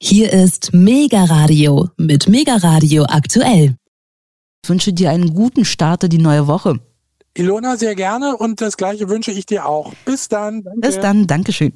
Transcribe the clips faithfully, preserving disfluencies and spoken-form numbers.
Hier ist Mega Radio mit Mega Radio aktuell. Ich wünsche dir einen guten Start in die neue Woche. Ilona, sehr gerne und das Gleiche wünsche ich dir auch. Bis dann. Danke. Bis dann, Dankeschön.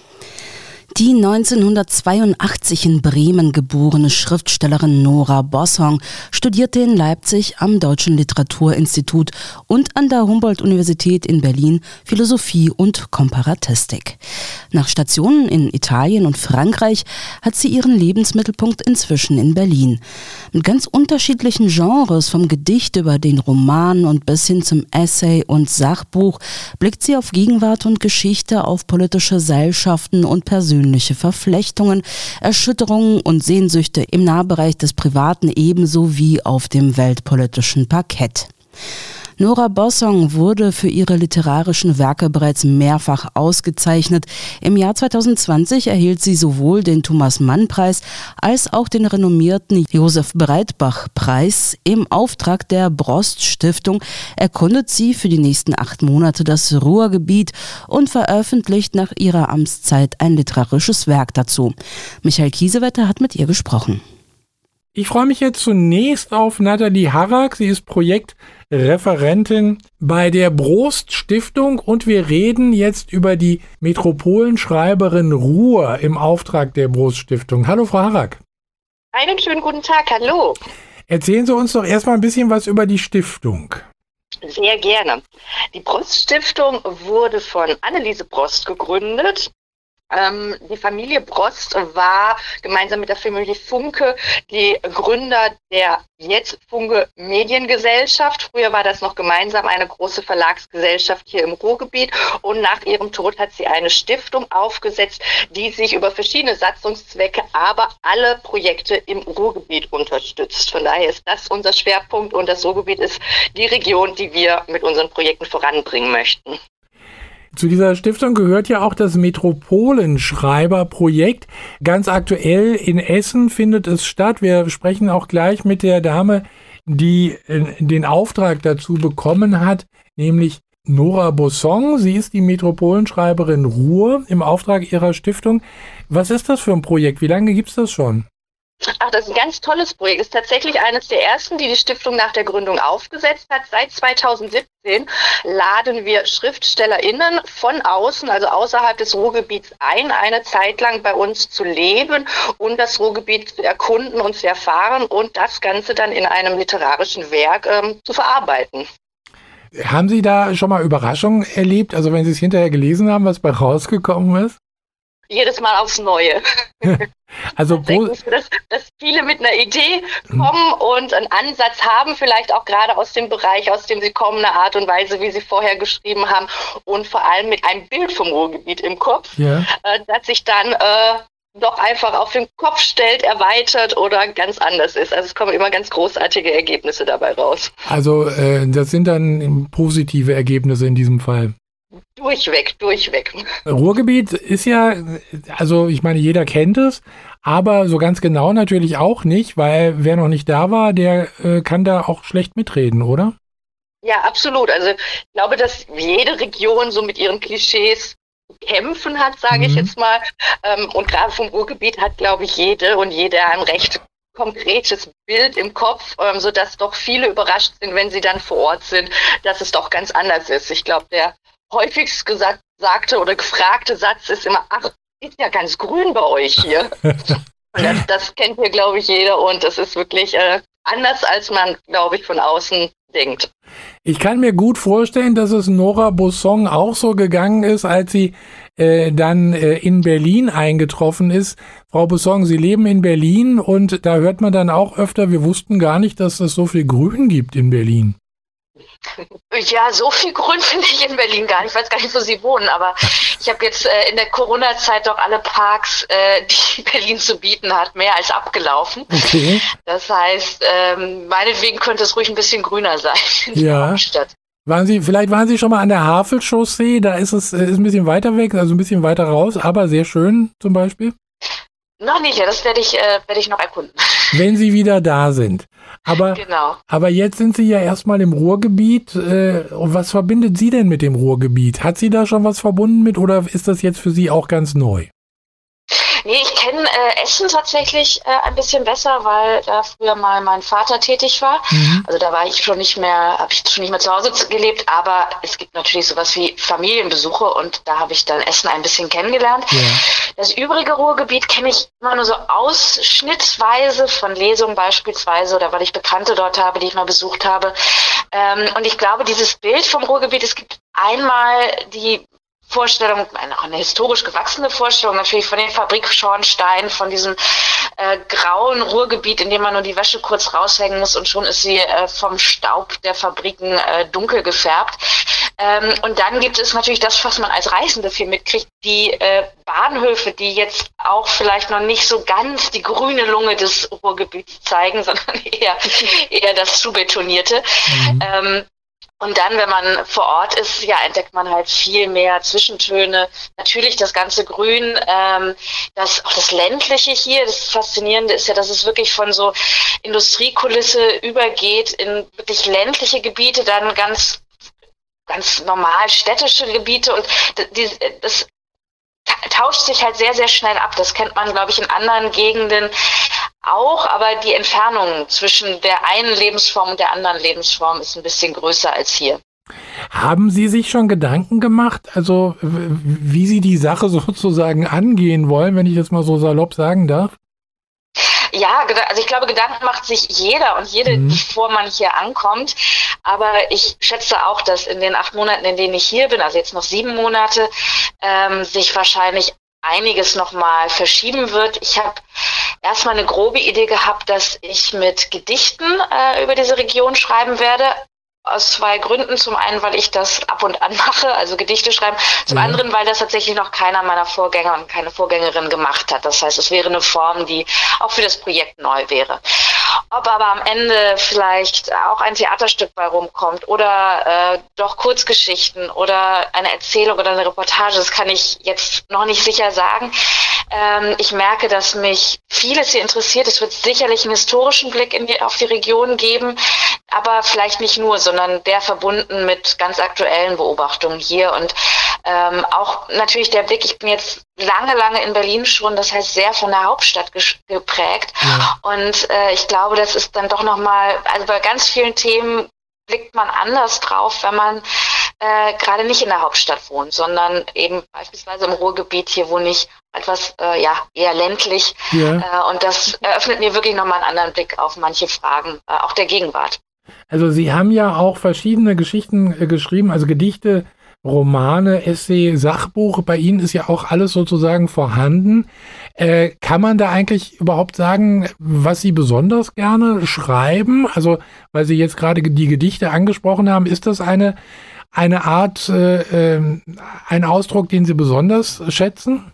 Die neunzehnhundertzweiundachtzig in Bremen geborene Schriftstellerin Nora Bossong studierte in Leipzig am Deutschen Literaturinstitut und an der Humboldt-Universität in Berlin Philosophie und Komparatistik. Nach Stationen in Italien und Frankreich hat sie ihren Lebensmittelpunkt inzwischen in Berlin. Mit ganz unterschiedlichen Genres, vom Gedicht über den Roman und bis hin zum Essay und Sachbuch, blickt sie auf Gegenwart und Geschichte, auf politische Seilschaften und persönliche Verflechtungen, Erschütterungen und Sehnsüchte im Nahbereich des Privaten ebenso wie auf dem weltpolitischen Parkett. Nora Bossong wurde für ihre literarischen Werke bereits mehrfach ausgezeichnet. Im Jahr zweitausendzwanzig erhielt sie sowohl den Thomas-Mann-Preis als auch den renommierten Josef-Breitbach-Preis. Im Auftrag der Brost-Stiftung erkundet sie für die nächsten acht Monate das Ruhrgebiet und veröffentlicht nach ihrer Amtszeit ein literarisches Werk dazu. Michael Kiesewetter hat mit ihr gesprochen. Ich freue mich jetzt zunächst auf Nathalie Harrak. Sie ist Projektreferentin bei der Brost Stiftung und wir reden jetzt über die Metropolenschreiberin Ruhr im Auftrag der Brost Stiftung. Hallo, Frau Harrak. Einen schönen guten Tag, hallo. Erzählen Sie uns doch erstmal ein bisschen was über die Stiftung. Sehr gerne. Die Brost Stiftung wurde von Anneliese Brost gegründet. Ähm, die Familie Brost war gemeinsam mit der Familie Funke die Gründer der jetzt Funke Mediengesellschaft. Früher war das noch gemeinsam eine große Verlagsgesellschaft hier im Ruhrgebiet und nach ihrem Tod hat sie eine Stiftung aufgesetzt, die sich über verschiedene Satzungszwecke, aber alle Projekte im Ruhrgebiet unterstützt. Von daher ist das unser Schwerpunkt und das Ruhrgebiet ist die Region, die wir mit unseren Projekten voranbringen möchten. Zu dieser Stiftung gehört ja auch das Metropolenschreiberprojekt. Ganz aktuell in Essen findet es statt. Wir sprechen auch gleich mit der Dame, die den Auftrag dazu bekommen hat, nämlich Nora Bossong. Sie ist die Metropolenschreiberin Ruhr im Auftrag ihrer Stiftung. Was ist das für ein Projekt? Wie lange gibt es das schon? Ach, das ist ein ganz tolles Projekt. Das ist tatsächlich eines der ersten, die die Stiftung nach der Gründung aufgesetzt hat. Seit zweitausendsiebzehn laden wir SchriftstellerInnen von außen, also außerhalb des Ruhrgebiets ein, eine Zeit lang bei uns zu leben und das Ruhrgebiet zu erkunden und zu erfahren und das Ganze dann in einem literarischen Werk ähm, zu verarbeiten. Haben Sie da schon mal Überraschungen erlebt? Also wenn Sie es hinterher gelesen haben, was bei rausgekommen ist? Jedes Mal aufs Neue. Also dass, dass viele mit einer Idee kommen und einen Ansatz haben, vielleicht auch gerade aus dem Bereich, aus dem sie kommen, eine Art und Weise, wie sie vorher geschrieben haben und vor allem mit einem Bild vom Ruhrgebiet im Kopf, ja. äh, das sich dann äh, doch einfach auf den Kopf stellt, erweitert oder ganz anders ist. Also es kommen immer ganz großartige Ergebnisse dabei raus. Also äh, das sind dann positive Ergebnisse in diesem Fall. Durchweg, durchweg. Ruhrgebiet ist ja, also ich meine, jeder kennt es, aber so ganz genau natürlich auch nicht, weil wer noch nicht da war, der äh, kann da auch schlecht mitreden, oder? Ja, absolut. Also ich glaube, dass jede Region so mit ihren Klischees zu kämpfen hat, sage mhm. ich jetzt mal. Ähm, und gerade vom Ruhrgebiet hat, glaube ich, jede und jeder ein recht konkretes Bild im Kopf, ähm, sodass doch viele überrascht sind, wenn sie dann vor Ort sind, dass es doch ganz anders ist. Ich glaube, der häufigst gesagt, sagte oder gefragte Satz ist immer, ach, ist ja ganz grün bei euch hier. Und das, das kennt hier, glaube ich, jeder und das ist wirklich äh, anders, als man, glaube ich, von außen denkt. Ich kann mir gut vorstellen, dass es Nora Bossong auch so gegangen ist, als sie äh, dann äh, in Berlin eingetroffen ist. Frau Bossong, Sie leben in Berlin und da hört man dann auch öfter, wir wussten gar nicht, dass es so viel Grün gibt in Berlin. Ja, so viel Grün finde ich in Berlin gar nicht. Ich weiß gar nicht, wo Sie wohnen, aber ich habe jetzt äh, in der Corona-Zeit doch alle Parks, äh, die Berlin zu bieten hat, mehr als abgelaufen. Okay. Das heißt, ähm, meinetwegen könnte es ruhig ein bisschen grüner sein in der ja. Hauptstadt. Waren Sie, vielleicht waren Sie schon mal an der Havelchaussee, da ist es ist ein bisschen weiter weg, also ein bisschen weiter raus, aber sehr schön zum Beispiel? Noch nicht, ja, das werde ich, äh, werde ich noch erkunden. Wenn Sie wieder da sind. Aber, genau. aber jetzt sind Sie ja erstmal im Ruhrgebiet. Äh, und was verbindet Sie denn mit dem Ruhrgebiet? Hat Sie da schon was verbunden mit oder ist das jetzt für Sie auch ganz neu? Nee, ich kenne äh, Essen tatsächlich äh, ein bisschen besser, weil da früher mal mein Vater tätig war. Mhm. Also da war ich schon nicht mehr, habe ich schon nicht mehr zu Hause gelebt, aber es gibt natürlich sowas wie Familienbesuche und da habe ich dann Essen ein bisschen kennengelernt. Ja. Das übrige Ruhrgebiet kenne ich immer nur so ausschnittweise von Lesungen beispielsweise oder weil ich Bekannte dort habe, die ich mal besucht habe. Ähm, und ich glaube, dieses Bild vom Ruhrgebiet, es gibt einmal die Vorstellung, eine, auch eine historisch gewachsene Vorstellung, natürlich von den Fabrikschornsteinen, von diesem äh, grauen Ruhrgebiet, in dem man nur die Wäsche kurz raushängen muss und schon ist sie äh, vom Staub der Fabriken äh, dunkel gefärbt. Ähm, und dann gibt es natürlich das, was man als Reisende viel mitkriegt, die äh, Bahnhöfe, die jetzt auch vielleicht noch nicht so ganz die grüne Lunge des Ruhrgebiets zeigen, sondern eher, eher das Zubetonierte. Mhm. Ähm, Und dann, wenn man vor Ort ist, ja, entdeckt man halt viel mehr Zwischentöne. Natürlich das ganze Grün, ähm, das, auch das Ländliche hier. Das Faszinierende ist ja, dass es wirklich von so Industriekulisse übergeht in wirklich ländliche Gebiete, dann ganz, ganz normal städtische Gebiete und die, das tauscht sich halt sehr, sehr schnell ab. Das kennt man, glaube ich, in anderen Gegenden auch, aber die Entfernung zwischen der einen Lebensform und der anderen Lebensform ist ein bisschen größer als hier. Haben Sie sich schon Gedanken gemacht, also wie Sie die Sache sozusagen angehen wollen, wenn ich das mal so salopp sagen darf? Ja, also ich glaube, Gedanken macht sich jeder und jede, mhm. bevor man hier ankommt. Aber ich schätze auch, dass in den acht Monaten, in denen ich hier bin, also jetzt noch sieben Monate, ähm, sich wahrscheinlich einiges nochmal verschieben wird. Ich habe erstmal eine grobe Idee gehabt, dass ich mit Gedichten äh, über diese Region schreiben werde. Aus zwei Gründen. Zum einen, weil ich das ab und an mache, also Gedichte schreiben. Zum mhm. anderen, weil das tatsächlich noch keiner meiner Vorgänger und keine Vorgängerin gemacht hat. Das heißt, es wäre eine Form, die auch für das Projekt neu wäre. Ob aber am Ende vielleicht auch ein Theaterstück bei rumkommt oder äh, doch Kurzgeschichten oder eine Erzählung oder eine Reportage, das kann ich jetzt noch nicht sicher sagen. Ähm, ich merke, dass mich vieles hier interessiert. Es wird sicherlich einen historischen Blick in die, auf die Region geben, aber vielleicht nicht nur, sondern der verbunden mit ganz aktuellen Beobachtungen hier und ähm, auch natürlich der Blick, ich bin jetzt lange, lange in Berlin schon, das heißt sehr von der Hauptstadt ges- geprägt ja. und äh, ich glaube, das ist dann doch nochmal, also bei ganz vielen Themen blickt man anders drauf, wenn man äh, gerade nicht in der Hauptstadt wohnt, sondern eben beispielsweise im Ruhrgebiet, hier wohne ich etwas äh, ja eher ländlich ja. äh, und das eröffnet mir wirklich nochmal einen anderen Blick auf manche Fragen, äh, auch der Gegenwart. Also Sie haben ja auch verschiedene Geschichten äh, geschrieben, also Gedichte, Romane, Essay, Sachbuch. Bei Ihnen ist ja auch alles sozusagen vorhanden. Äh, kann man da eigentlich überhaupt sagen, was Sie besonders gerne schreiben? Also, weil Sie jetzt gerade die Gedichte angesprochen haben, ist das eine, eine Art, äh, äh, ein Ausdruck, den Sie besonders schätzen?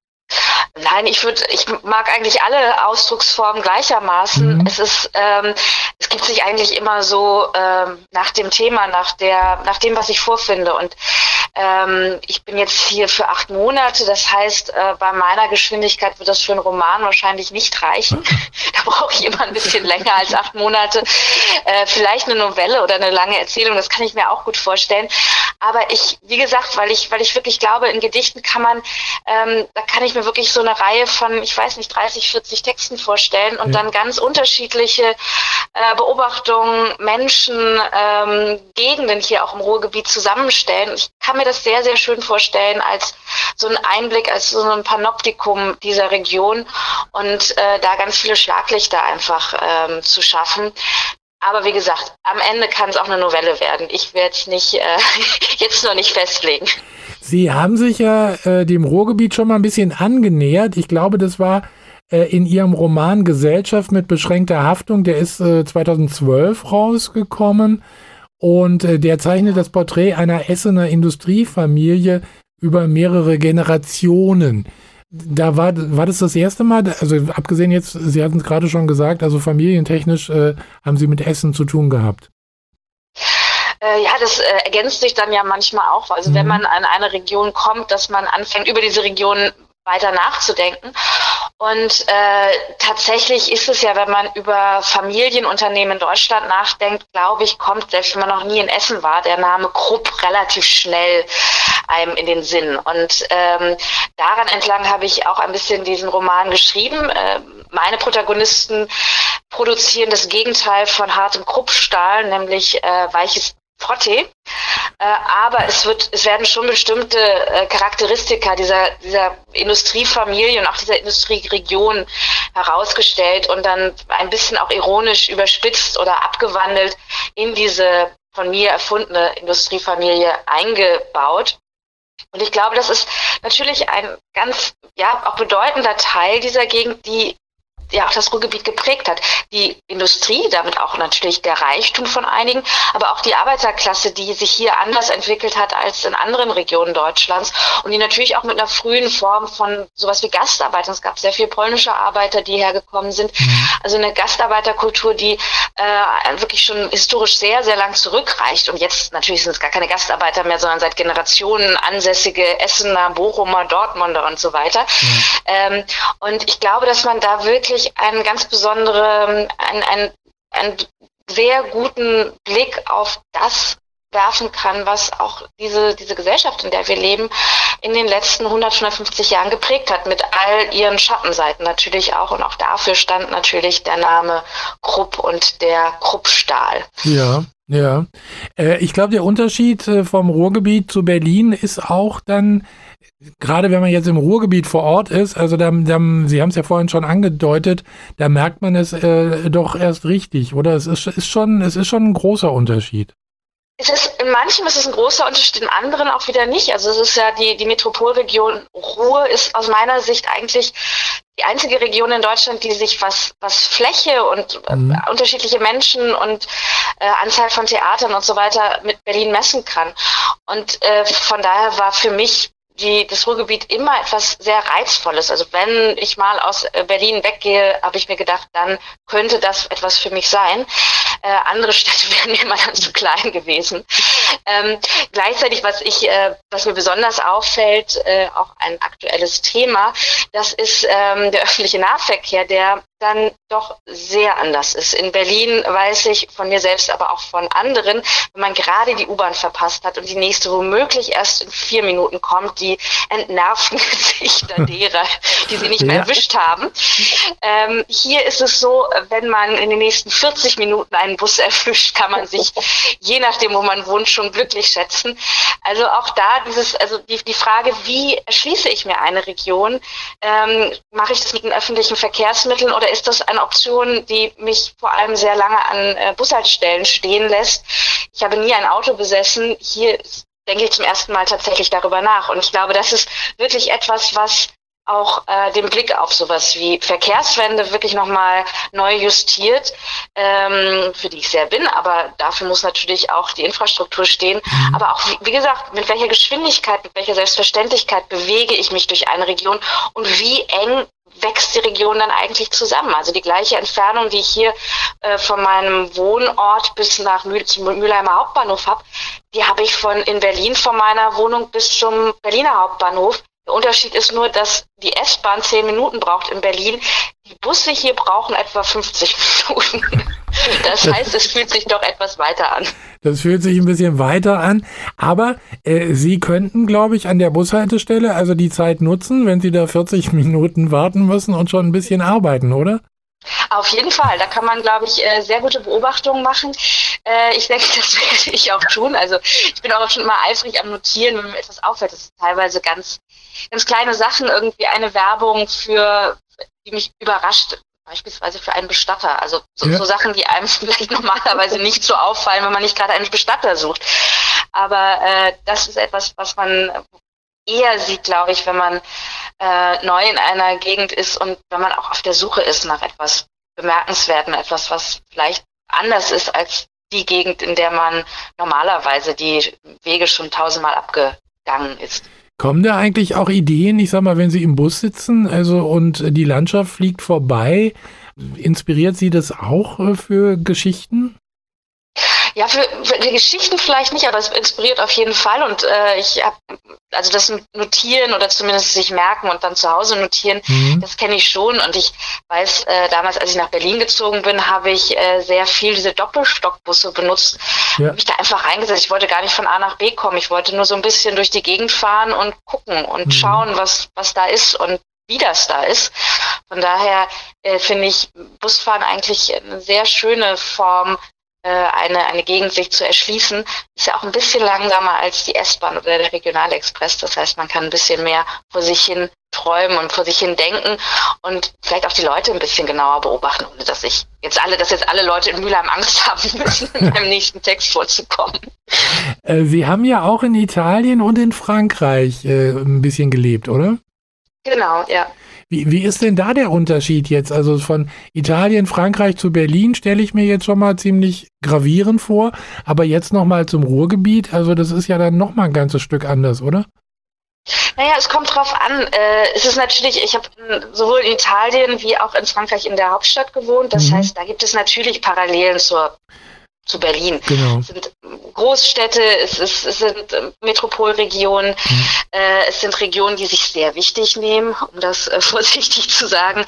Nein, ich würde, ich mag eigentlich alle Ausdrucksformen gleichermaßen. Mhm. Es ist, ähm, es gibt sich eigentlich immer so ähm, nach dem Thema, nach der, nach dem, was ich vorfinde. Und ähm, ich bin jetzt hier für acht Monate. Das heißt, äh, bei meiner Geschwindigkeit wird das für einen Roman wahrscheinlich nicht reichen. Da brauche ich immer ein bisschen länger als acht Monate. Äh, vielleicht eine Novelle oder eine lange Erzählung. Das kann ich mir auch gut vorstellen. Aber ich, wie gesagt, weil ich, weil ich wirklich glaube, in Gedichten kann man, ähm, da kann ich mir wirklich so eine Reihe von, ich weiß nicht, dreißig, vierzig Texten vorstellen und ja. dann ganz unterschiedliche äh, Beobachtungen, Menschen, ähm, Gegenden hier auch im Ruhrgebiet zusammenstellen. Ich kann mir das sehr, sehr schön vorstellen als so ein Einblick, als so ein Panoptikum dieser Region und äh, da ganz viele Schlaglichter einfach ähm, zu schaffen. Aber wie gesagt, am Ende kann es auch eine Novelle werden. Ich werde es nicht, äh, jetzt noch nicht festlegen. Sie haben sich ja äh, dem Ruhrgebiet schon mal ein bisschen angenähert. Ich glaube, das war äh, in Ihrem Roman Gesellschaft mit beschränkter Haftung. Der ist äh, zweitausendzwölf rausgekommen und äh, der zeichnet das Porträt einer Essener Industriefamilie über mehrere Generationen. Da war, war das das erste Mal, also abgesehen jetzt, Sie hatten es gerade schon gesagt, also familientechnisch äh, haben Sie mit Essen zu tun gehabt. Äh, ja, das äh, ergänzt sich dann ja manchmal auch. Also mhm. wenn man an eine Region kommt, dass man anfängt, über diese Region weiter nachzudenken. Und äh, tatsächlich ist es ja, wenn man über Familienunternehmen in Deutschland nachdenkt, glaube ich, kommt, selbst wenn man noch nie in Essen war, der Name Krupp relativ schnell einem in den Sinn. Und ähm, daran entlang habe ich auch ein bisschen diesen Roman geschrieben. Äh, meine Protagonisten produzieren das Gegenteil von hartem Kruppstahl, nämlich äh, weiches Frottee. Äh, aber es wird, es werden schon bestimmte äh, Charakteristika dieser, dieser Industriefamilie und auch dieser Industrieregion herausgestellt und dann ein bisschen auch ironisch überspitzt oder abgewandelt in diese von mir erfundene Industriefamilie eingebaut. Und ich glaube, das ist natürlich ein ganz, ja, auch bedeutender Teil dieser Gegend, die ja auch das Ruhrgebiet geprägt hat. Die Industrie, damit auch natürlich der Reichtum von einigen, aber auch die Arbeiterklasse, die sich hier anders entwickelt hat als in anderen Regionen Deutschlands und die natürlich auch mit einer frühen Form von sowas wie Gastarbeitern, es gab sehr viele polnische Arbeiter, die hergekommen sind, also eine Gastarbeiterkultur, die äh, wirklich schon historisch sehr, sehr lang zurückreicht und jetzt natürlich sind es gar keine Gastarbeiter mehr, sondern seit Generationen ansässige Essener, Bochumer, Dortmunder und so weiter. Mhm. Ähm, und ich glaube, dass man da wirklich einen ganz besonderen, einen, einen, einen sehr guten Blick auf das werfen kann, was auch diese, diese Gesellschaft, in der wir leben, in den letzten hundert, hundertfünfzig Jahren geprägt hat, mit all ihren Schattenseiten natürlich auch. Und auch dafür stand natürlich der Name Krupp und der Kruppstahl. Ja, ja. Äh, ich glaube, der Unterschied äh, vom Ruhrgebiet zu Berlin ist auch dann, gerade wenn man jetzt im Ruhrgebiet vor Ort ist, also da, da, Sie haben es ja vorhin schon angedeutet, da merkt man es äh, doch erst richtig, oder? Es ist, ist schon, es ist schon ein großer Unterschied. Es ist, in manchem ist es ein großer Unterschied, in anderen auch wieder nicht. Also es ist ja die, die Metropolregion Ruhr ist aus meiner Sicht eigentlich die einzige Region in Deutschland, die sich was, was Fläche und mhm. äh, unterschiedliche Menschen und äh, Anzahl von Theatern und so weiter mit Berlin messen kann. Und äh, von daher war für mich die, das Ruhrgebiet immer etwas sehr Reizvolles. Also wenn ich mal aus Berlin weggehe, habe ich mir gedacht, dann könnte das etwas für mich sein. Äh, andere Städte wären mir immer dann zu klein gewesen. Ähm, gleichzeitig, was ich, äh, was mir besonders auffällt, äh, auch ein aktuelles Thema, das ist ähm, der öffentliche Nahverkehr, der dann doch sehr anders ist. In Berlin weiß ich von mir selbst, aber auch von anderen, wenn man gerade die U-Bahn verpasst hat und die nächste womöglich erst in vier Minuten kommt, die entnervten Gesichter derer, die sie nicht mehr ja. erwischt haben. Ähm, hier ist es so, wenn man in den nächsten vierzig Minuten einen Bus erwischt, kann man sich, je nachdem, wo man wohnt, schon glücklich schätzen. Also auch da dieses, also die, die Frage, wie erschließe ich mir eine Region? Ähm, mache ich das mit den öffentlichen Verkehrsmitteln oder ist das eine Option, die mich vor allem sehr lange an äh, Bushaltestellen stehen lässt? Ich habe nie ein Auto besessen. Hier denke ich zum ersten Mal tatsächlich darüber nach. Und ich glaube, das ist wirklich etwas, was auch äh, den Blick auf sowas wie Verkehrswende wirklich nochmal neu justiert, ähm, für die ich sehr bin, aber dafür muss natürlich auch die Infrastruktur stehen. Mhm. Aber auch, wie, wie gesagt, mit welcher Geschwindigkeit, mit welcher Selbstverständlichkeit bewege ich mich durch eine Region und wie eng wächst die Region dann eigentlich zusammen. Also die gleiche Entfernung, die ich hier äh, von meinem Wohnort bis nach Mühl, zum Mülheimer Hauptbahnhof habe, die habe ich von in Berlin von meiner Wohnung bis zum Berliner Hauptbahnhof. Der Unterschied ist nur, dass die S-Bahn zehn Minuten braucht in Berlin. Die Busse hier brauchen etwa fünfzig Minuten. Das heißt, es fühlt sich doch etwas weiter an. Das fühlt sich ein bisschen weiter an. Aber äh, Sie könnten, glaube ich, an der Bushaltestelle also die Zeit nutzen, wenn Sie da vierzig Minuten warten müssen und schon ein bisschen arbeiten, oder? Auf jeden Fall. Da kann man, glaube ich, sehr gute Beobachtungen machen. Ich denke, das werde ich auch tun. Also ich bin auch schon immer eifrig am Notieren, wenn mir etwas auffällt. Das sind teilweise ganz, ganz kleine Sachen. Irgendwie eine Werbung für, die mich überrascht, beispielsweise für einen Bestatter. Also so, ja. so Sachen, die einem vielleicht normalerweise nicht so auffallen, wenn man nicht gerade einen Bestatter sucht. Aber äh, das ist etwas, was man eher sieht, glaube ich, wenn man äh, neu in einer Gegend ist und wenn man auch auf der Suche ist nach etwas Bemerkenswertem, etwas, was vielleicht anders ist als die Gegend, in der man normalerweise die Wege schon tausendmal abgegangen ist. Kommen da eigentlich auch Ideen, ich sag mal, wenn Sie im Bus sitzen, also und die Landschaft fliegt vorbei, inspiriert Sie das auch für Geschichten? Ja, für, für die Geschichten vielleicht nicht, aber es inspiriert auf jeden Fall. Und äh, ich habe, also das Notieren oder zumindest sich merken und dann zu Hause notieren, mhm. das kenne ich schon. Und ich weiß, äh, damals, als ich nach Berlin gezogen bin, habe ich äh, sehr viel diese Doppelstockbusse benutzt. Ja. Habe mich da einfach reingesetzt. Ich wollte gar nicht von A nach B kommen. Ich wollte nur so ein bisschen durch die Gegend fahren und gucken und mhm. schauen, was, was da ist und wie das da ist. Von daher äh, finde ich Busfahren eigentlich eine sehr schöne Form, eine, eine Gegend sich zu erschließen. Ist ja auch ein bisschen langsamer als die S-Bahn oder der Regionalexpress. Das heißt, man kann ein bisschen mehr vor sich hin träumen und vor sich hin denken und vielleicht auch die Leute ein bisschen genauer beobachten, ohne dass ich jetzt alle, dass jetzt alle Leute in Mülheim Angst haben müssen, in meinem nächsten Text vorzukommen. Sie haben ja auch in Italien und in Frankreich äh, ein bisschen gelebt, oder? Genau, ja. Wie, wie ist denn da der Unterschied jetzt? Also von Italien, Frankreich zu Berlin stelle ich mir jetzt schon mal ziemlich gravierend vor, aber jetzt nochmal zum Ruhrgebiet, also das ist ja dann nochmal ein ganzes Stück anders, oder? Naja, es kommt drauf an. Äh, es ist natürlich, ich habe sowohl in Italien wie auch in Frankreich in der Hauptstadt gewohnt, das mhm. heißt, da gibt es natürlich Parallelen zur zu Berlin. Genau. Es sind Großstädte, es, ist, es sind Metropolregionen, mhm. äh, es sind Regionen, die sich sehr wichtig nehmen, um das äh, vorsichtig zu sagen.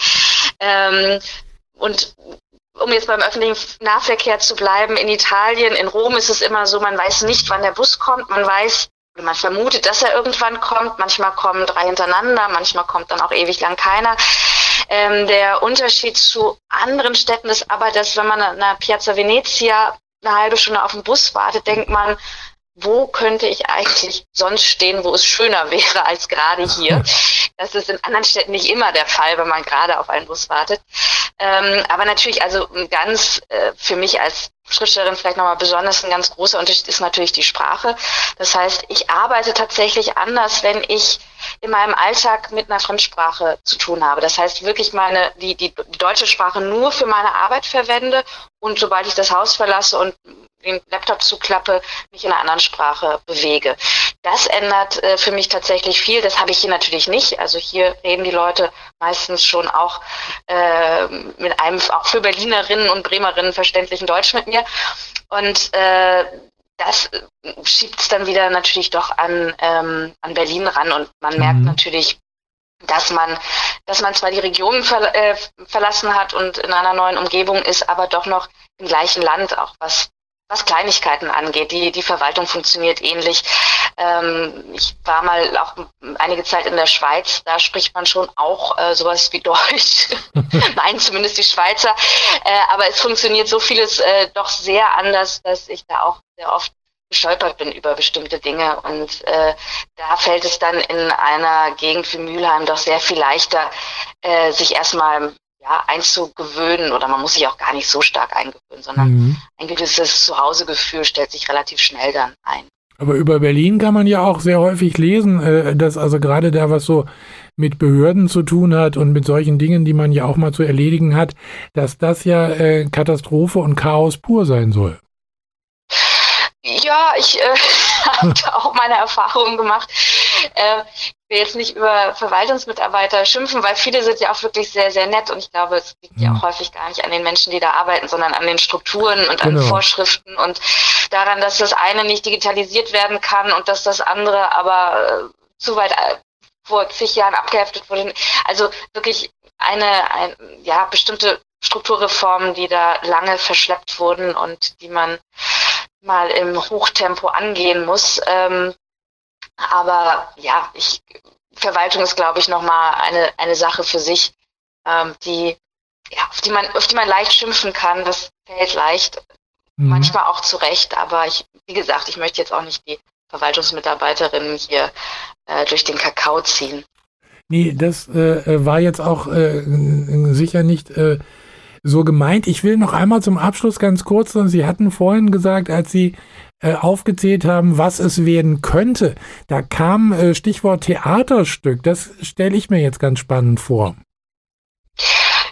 Ähm, und um jetzt beim öffentlichen Nahverkehr zu bleiben, in Italien, in Rom ist es immer so, man weiß nicht, wann der Bus kommt, man weiß, oder man vermutet, dass er irgendwann kommt, manchmal kommen drei hintereinander, manchmal kommt dann auch ewig lang keiner. Ähm, der Unterschied zu anderen Städten ist aber, dass wenn man an der Piazza Venezia eine halbe Stunde auf den Bus wartet, denkt man, wo könnte ich eigentlich sonst stehen, wo es schöner wäre als gerade hier. Das ist in anderen Städten nicht immer der Fall, wenn man gerade auf einen Bus wartet. Ähm, aber natürlich, also ganz äh, für mich als Schriftstellerin vielleicht nochmal besonders ein ganz großer Unterschied ist natürlich die Sprache. Das heißt, ich arbeite tatsächlich anders, wenn ich in meinem Alltag mit einer Fremdsprache zu tun habe. Das heißt, wirklich meine die, die, die deutsche Sprache nur für meine Arbeit verwende und sobald ich das Haus verlasse und den Laptop zuklappe, mich in einer anderen Sprache bewege. Das ändert äh, für mich tatsächlich viel. Das habe ich hier natürlich nicht. Also hier reden die Leute meistens schon auch äh, mit einem auch für Berlinerinnen und Bremerinnen verständlichen Deutsch mit mir. Und äh, das schiebt es dann wieder natürlich doch an, ähm, an Berlin ran. Und man mhm. merkt natürlich, dass man, dass man zwar die Region ver, äh, verlassen hat und in einer neuen Umgebung ist, aber doch noch im gleichen Land, auch was was Kleinigkeiten angeht. Die, die Verwaltung funktioniert ähnlich. Ähm, ich war mal auch einige Zeit in der Schweiz, da spricht man schon auch äh, sowas wie Deutsch. Nein, zumindest die Schweizer. Äh, aber es funktioniert so vieles äh, doch sehr anders, dass ich da auch sehr oft gestolpert bin über bestimmte Dinge. Und äh, da fällt es dann in einer Gegend wie Mülheim doch sehr viel leichter, äh, sich erstmal ja, einzugewöhnen, oder man muss sich auch gar nicht so stark eingewöhnen, sondern mhm. ein gewisses Zuhausegefühl stellt sich relativ schnell dann ein. Aber über Berlin kann man ja auch sehr häufig lesen, dass also gerade da, was so mit Behörden zu tun hat und mit solchen Dingen, die man ja auch mal zu erledigen hat, dass das ja äh, Katastrophe und Chaos pur sein soll. Ja, ich äh, habe da auch meine Erfahrungen gemacht. Äh, ich will jetzt nicht über Verwaltungsmitarbeiter schimpfen, weil viele sind ja auch wirklich sehr, sehr nett und ich glaube, es liegt ja auch häufig gar nicht an den Menschen, die da arbeiten, sondern an den Strukturen und an genau. Vorschriften und daran, dass das eine nicht digitalisiert werden kann und dass das andere aber äh, zu weit äh, vor zig Jahren abgeheftet wurde. Also wirklich eine, ein, ja, bestimmte Strukturreformen, die da lange verschleppt wurden und die man mal im Hochtempo angehen muss. Ähm, aber ja, ich, Verwaltung ist, glaube ich, nochmal eine, eine Sache für sich, ähm, die, ja, auf die man, auf die man leicht schimpfen kann. Das fällt leicht, mhm. manchmal auch zurecht, aber ich, wie gesagt, ich möchte jetzt auch nicht die Verwaltungsmitarbeiterinnen hier äh, durch den Kakao ziehen. Nee, das äh, war jetzt auch äh, sicher nicht äh, so gemeint. Ich will noch einmal zum Abschluss ganz kurz, Sie hatten vorhin gesagt, als Sie äh, aufgezählt haben, was es werden könnte, da kam äh, Stichwort Theaterstück. Das stelle ich mir jetzt ganz spannend vor. Ja,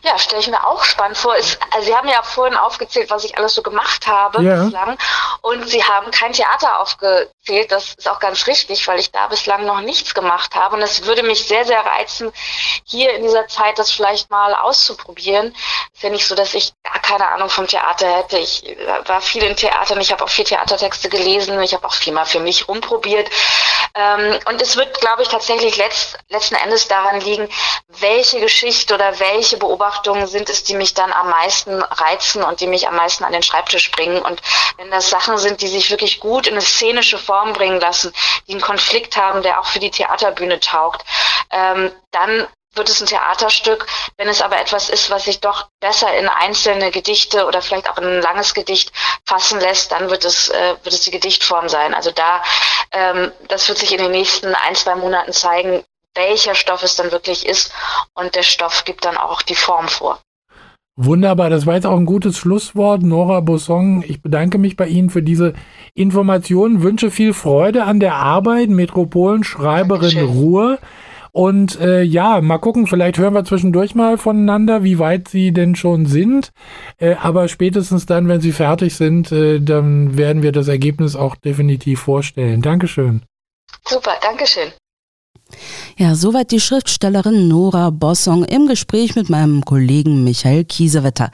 Ja, stelle ich mir auch spannend vor. Ist, also Sie haben ja vorhin aufgezählt, was ich alles so gemacht habe ja. bislang. Und Sie haben kein Theater aufgezählt. Das ist auch ganz richtig, weil ich da bislang noch nichts gemacht habe. Und es würde mich sehr, sehr reizen, hier in dieser Zeit das vielleicht mal auszuprobieren. Ist ja nicht so, dass ich gar keine Ahnung vom Theater hätte. Ich war viel in Theatern. Ich habe auch viel Theatertexte gelesen. Ich habe auch viel mal für mich rumprobiert. Und es wird, glaube ich, tatsächlich letzt, letzten Endes daran liegen, welche Geschichte oder welche Beobachtungen sind es, die mich dann am meisten reizen und die mich am meisten an den Schreibtisch bringen. Und wenn das Sachen sind, die sich wirklich gut in eine szenische Form bringen lassen, die einen Konflikt haben, der auch für die Theaterbühne taugt, ähm, dann wird es ein Theaterstück. Wenn es aber etwas ist, was sich doch besser in einzelne Gedichte oder vielleicht auch in ein langes Gedicht fassen lässt, dann wird es, äh, wird es die Gedichtform sein. Also da, ähm, das wird sich in den nächsten ein, zwei Monaten zeigen, welcher Stoff es dann wirklich ist, und der Stoff gibt dann auch die Form vor. Wunderbar, das war jetzt auch ein gutes Schlusswort. Nora Bossong, ich bedanke mich bei Ihnen für diese Informationen, wünsche viel Freude an der Arbeit, Metropolenschreiberin Dankeschön. Ruhr. Und äh, ja, mal gucken, vielleicht hören wir zwischendurch mal voneinander, wie weit Sie denn schon sind. Äh, aber spätestens dann, wenn Sie fertig sind, äh, dann werden wir das Ergebnis auch definitiv vorstellen. Dankeschön. Super, Dankeschön. Ja, soweit die Schriftstellerin Nora Bossong im Gespräch mit meinem Kollegen Michael Kiesewetter.